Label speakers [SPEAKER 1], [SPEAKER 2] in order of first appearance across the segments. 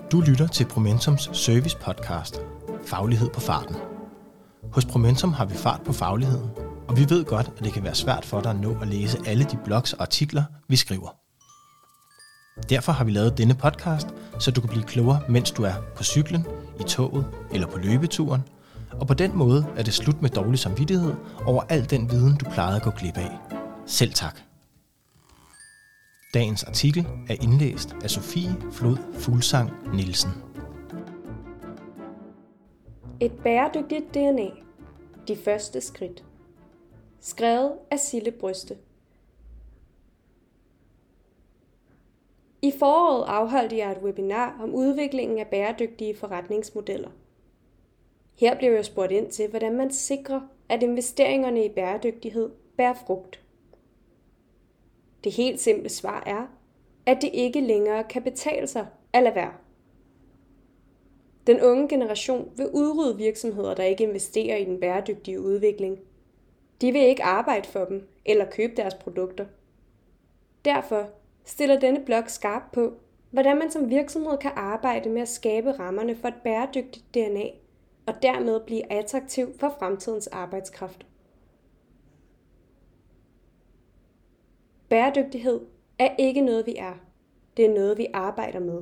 [SPEAKER 1] Du lytter til Promentums service podcast, Faglighed på farten. Hos Promentum har vi fart på fagligheden, og vi ved godt, at det kan være svært for dig at nå at læse alle de blogs og artikler, vi skriver. Derfor har vi lavet denne podcast, så du kan blive klogere, mens du er på cyklen, i toget eller på løbeturen, og på den måde er det slut med dårlig samvittighed over al den viden, du plejede at gå glip af. Selv tak. Dagens artikel er indlæst af Sofie Flod Fuglsang Nielsen.
[SPEAKER 2] Et bæredygtigt DNA. De første skridt. Skrevet af Sille Bryste. I foråret afholdte jeg et webinar om udviklingen af bæredygtige forretningsmodeller. Her blev jeg spurgt ind til, hvordan man sikrer, at investeringerne i bæredygtighed bærer frugt. Det helt simple svar er, at det ikke længere kan betale sig at lade være. Den unge generation vil udrydde virksomheder, der ikke investerer i den bæredygtige udvikling. De vil ikke arbejde for dem eller købe deres produkter. Derfor stiller denne blog skarpt på, hvordan man som virksomhed kan arbejde med at skabe rammerne for et bæredygtigt DNA og dermed blive attraktiv for fremtidens arbejdskraft. Bæredygtighed er ikke noget, vi er. Det er noget, vi arbejder med.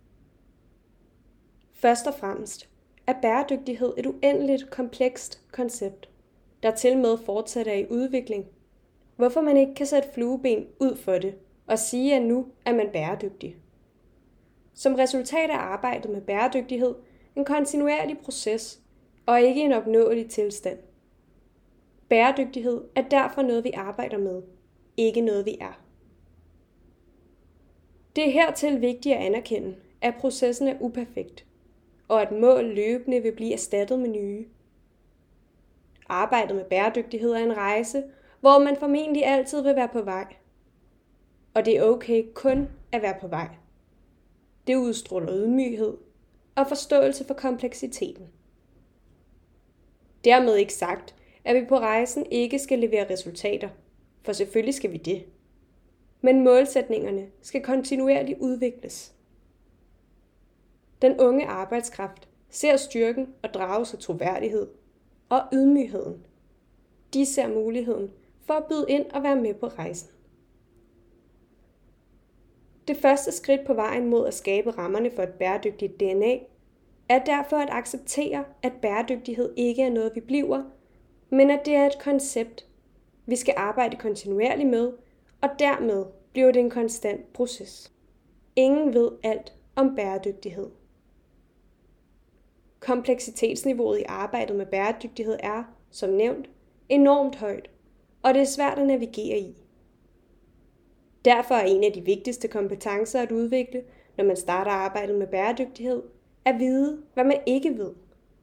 [SPEAKER 2] Først og fremmest er bæredygtighed et uendeligt komplekst koncept, der til med fortsat er i udvikling. Hvorfor man ikke kan sætte flueben ud for det og sige, at nu er man bæredygtig. Som resultat af arbejdet med bæredygtighed en kontinuerlig proces og ikke en opnåelig tilstand. Bæredygtighed er derfor noget, vi arbejder med, ikke noget, vi er. Det er hertil vigtigt at anerkende, at processen er uperfekt, og at mål løbende vil blive erstattet med nye. Arbejdet med bæredygtighed er en rejse, hvor man formentlig altid vil være på vej. Og det er okay kun at være på vej. Det udstråler ydmyghed og forståelse for kompleksiteten. Dermed ikke sagt, at vi på rejsen ikke skal levere resultater, for selvfølgelig skal vi det. Men målsætningerne skal kontinuerligt udvikles. Den unge arbejdskraft ser styrken og drages af troværdighed og ydmygheden. De ser muligheden for at byde ind og være med på rejsen. Det første skridt på vejen mod at skabe rammerne for et bæredygtigt DNA er derfor at acceptere, at bæredygtighed ikke er noget, vi bliver, men at det er et koncept, vi skal arbejde kontinuerligt med, og dermed bliver det en konstant proces. Ingen ved alt om bæredygtighed. Kompleksitetsniveauet i arbejdet med bæredygtighed er, som nævnt, enormt højt, og det er svært at navigere i. Derfor er en af de vigtigste kompetencer at udvikle, når man starter arbejdet med bæredygtighed, at vide, hvad man ikke ved.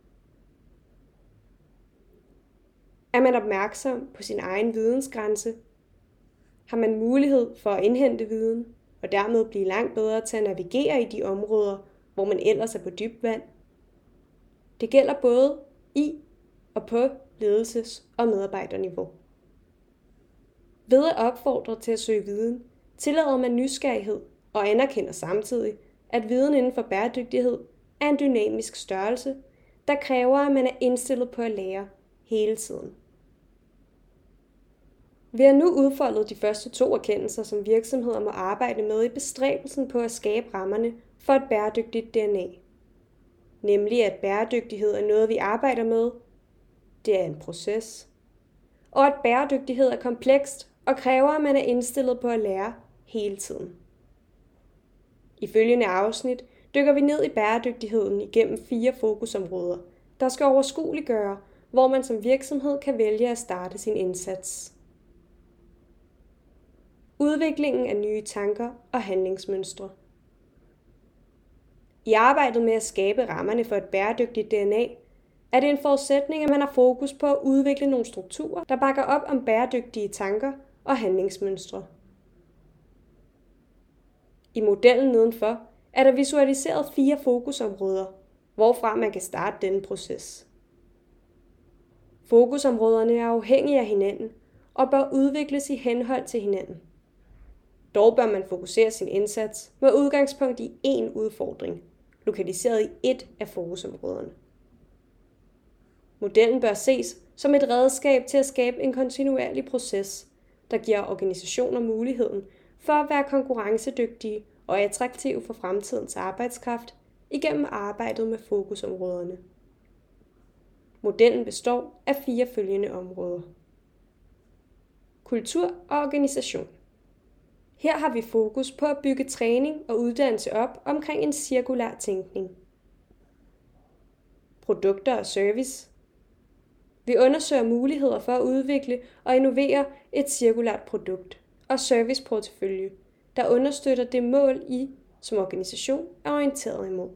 [SPEAKER 2] Er man opmærksom på sin egen vidensgrænse? Har man mulighed for at indhente viden, og dermed blive langt bedre til at navigere i de områder, hvor man ellers er på dybt vand? Det gælder både i og på ledelses- og medarbejderniveau. Ved at opfordre til at søge viden, tillader man nysgerrighed og anerkender samtidig, at viden inden for bæredygtighed er en dynamisk størrelse, der kræver, at man er indstillet på at lære hele tiden. Vi har nu udfoldet de første 2 erkendelser, som virksomheder må arbejde med i bestræbelsen på at skabe rammerne for et bæredygtigt DNA. Nemlig at bæredygtighed er noget, vi arbejder med, det er en proces, og at bæredygtighed er komplekst og kræver, at man er indstillet på at lære hele tiden. I følgende afsnit dykker vi ned i bæredygtigheden igennem 4 fokusområder, der skal overskueliggøre, hvor man som virksomhed kan vælge at starte sin indsats. Udviklingen af nye tanker og handlingsmønstre. I arbejdet med at skabe rammerne for et bæredygtigt DNA, er det en forudsætning, at man har fokus på at udvikle nogle strukturer, der bakker op om bæredygtige tanker og handlingsmønstre. I modellen nedenfor er der visualiseret 4 fokusområder, hvorfra man kan starte denne proces. Fokusområderne er afhængige af hinanden og bør udvikles i henhold til hinanden. Dog bør man fokusere sin indsats med udgangspunkt i én udfordring, lokaliseret i et af fokusområderne. Modellen bør ses som et redskab til at skabe en kontinuerlig proces, der giver organisationer muligheden for at være konkurrencedygtige og attraktive for fremtidens arbejdskraft igennem arbejdet med fokusområderne. Modellen består af 4 følgende områder. Kultur og organisation. Her har vi fokus på at bygge træning og uddannelse op omkring en cirkulær tænkning. Produkter og service. Vi undersøger muligheder for at udvikle og innovere et cirkulært produkt og serviceportefølje, der understøtter det mål, I som organisation er orienteret imod.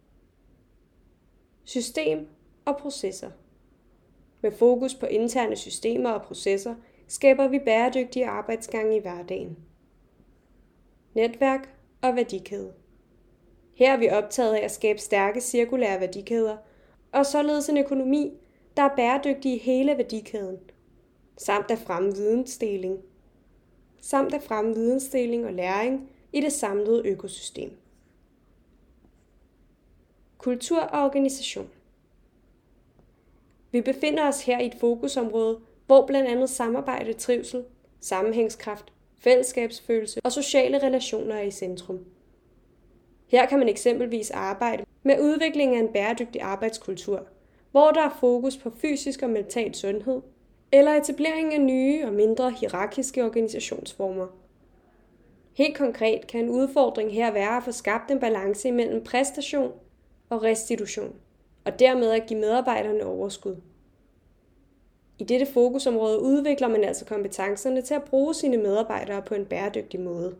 [SPEAKER 2] System og processer. Med fokus på interne systemer og processer skaber vi bæredygtige arbejdsgange i hverdagen. Netværk og værdikæde. Her er vi optaget af at skabe stærke cirkulære værdikæder og således en økonomi, der er bæredygtig i hele værdikæden, samt at fremme vidensdeling og læring i det samlede økosystem. Kultur og organisation. Vi befinder os her i et fokusområde, hvor blandt andet samarbejde, trivsel, sammenhængskraft, fællesskabsfølelse og sociale relationer er i centrum. Her kan man eksempelvis arbejde med udvikling af en bæredygtig arbejdskultur, hvor der er fokus på fysisk og mental sundhed, eller etablering af nye og mindre hierarkiske organisationsformer. Helt konkret kan en udfordring her være at få skabt en balance imellem præstation og restitution, og dermed at give medarbejderne overskud. I dette fokusområde udvikler man altså kompetencerne til at bruge sine medarbejdere på en bæredygtig måde.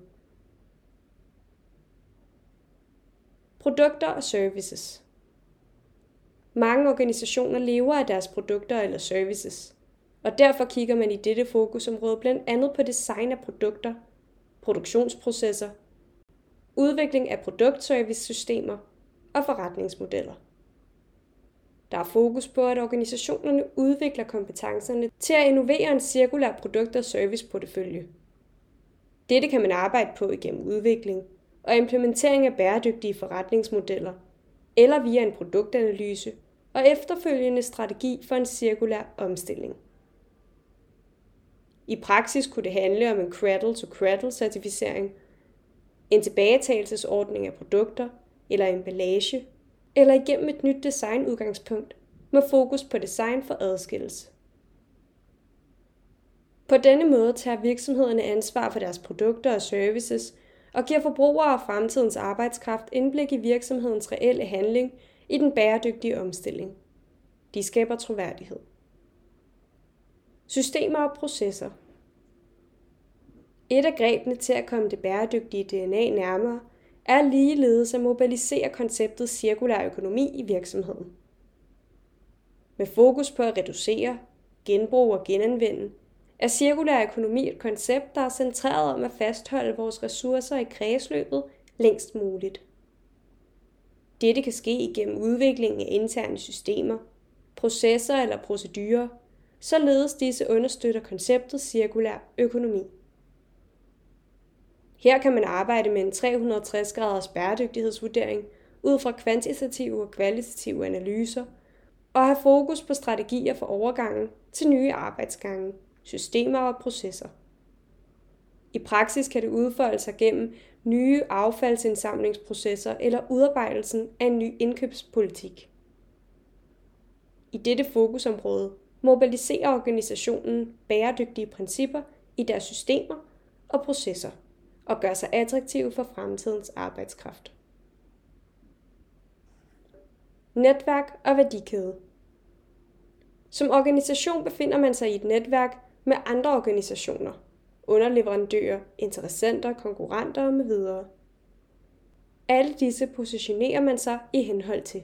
[SPEAKER 2] Produkter og services. Mange organisationer lever af deres produkter eller services, og derfor kigger man i dette fokusområde blandt andet på design af produkter, produktionsprocesser, udvikling af produktservicesystemer og forretningsmodeller. Der er fokus på, at organisationerne udvikler kompetencerne til at innovere en cirkulær produkt- og serviceportefølje. Dette kan man arbejde på igennem udvikling og implementering af bæredygtige forretningsmodeller, eller via en produktanalyse og efterfølgende strategi for en cirkulær omstilling. I praksis kunne det handle om en cradle-to-cradle-certificering, en tilbagetagelsesordning af produkter eller emballage, eller igennem et nyt designudgangspunkt med fokus på design for adskillelse. På denne måde tager virksomhederne ansvar for deres produkter og services og giver forbrugere og fremtidens arbejdskraft indblik i virksomhedens reelle handling i den bæredygtige omstilling. De skaber troværdighed. Systemer og processer. Et af grebene til at komme det bæredygtige DNA nærmere er ligeledes at mobilisere konceptet cirkulær økonomi i virksomheden. Med fokus på at reducere, genbruge og genanvende, er cirkulær økonomi et koncept, der er centreret om at fastholde vores ressourcer i kredsløbet længst muligt. Dette kan ske igennem udviklingen af interne systemer, processer eller procedurer, således disse understøtter konceptet cirkulær økonomi. Her kan man arbejde med en 360-graders bæredygtighedsvurdering ud fra kvantitative og kvalitative analyser og have fokus på strategier for overgangen til nye arbejdsgange, systemer og processer. I praksis kan det udfolde sig gennem nye affaldsindsamlingsprocesser eller udarbejdelsen af en ny indkøbspolitik. I dette fokusområde mobiliserer organisationen bæredygtige principper i deres systemer og processer og gør sig attraktive for fremtidens arbejdskraft. Netværk og værdikæde. Som organisation befinder man sig i et netværk med andre organisationer, underleverandører, interessenter, konkurrenter og med. Alle disse positionerer man sig i henhold til.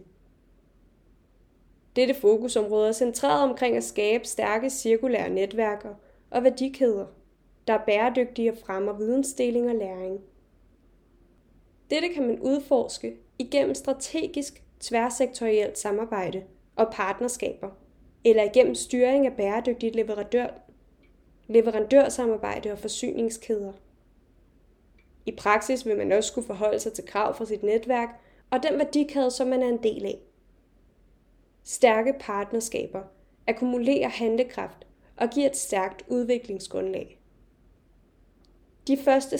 [SPEAKER 2] Dette fokusområde er centreret omkring at skabe stærke cirkulære netværker og værdikæder, der er bæredygtige og fremmer vidensdeling og læring. Dette kan man udforske igennem strategisk tværsektorielt samarbejde og partnerskaber, eller igennem styring af bæredygtigt leverandørsamarbejde og forsyningskæder. I praksis vil man også skulle forholde sig til krav fra sit netværk og den værdikæde, som man er en del af. Stærke partnerskaber akkumulerer handlekraft og giver et stærkt udviklingsgrundlag. De første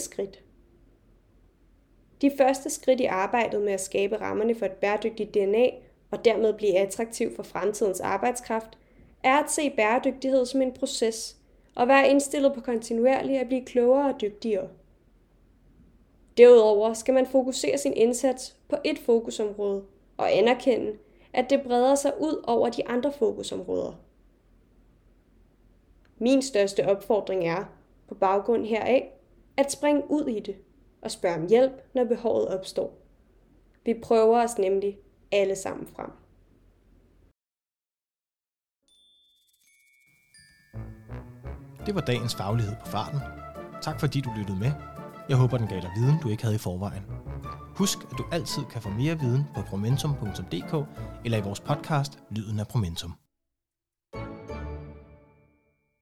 [SPEAKER 2] skridt i arbejdet med at skabe rammerne for et bæredygtigt DNA og dermed blive attraktiv for fremtidens arbejdskraft, er at se bæredygtighed som en proces og være indstillet på kontinuerligt at blive klogere og dygtigere. Derudover skal man fokusere sin indsats på et fokusområde og anerkende, at det breder sig ud over de andre fokusområder. Min største opfordring er, på baggrund heraf, at springe ud i det og spørge om hjælp, når behovet opstår. Vi prøver os nemlig alle sammen frem.
[SPEAKER 1] Det var dagens Faglighed på farten. Tak fordi du lyttede med. Jeg håber, den gav dig viden, du ikke havde i forvejen. Husk, at du altid kan få mere viden på promentum.dk eller i vores podcast Lyden af Promentum.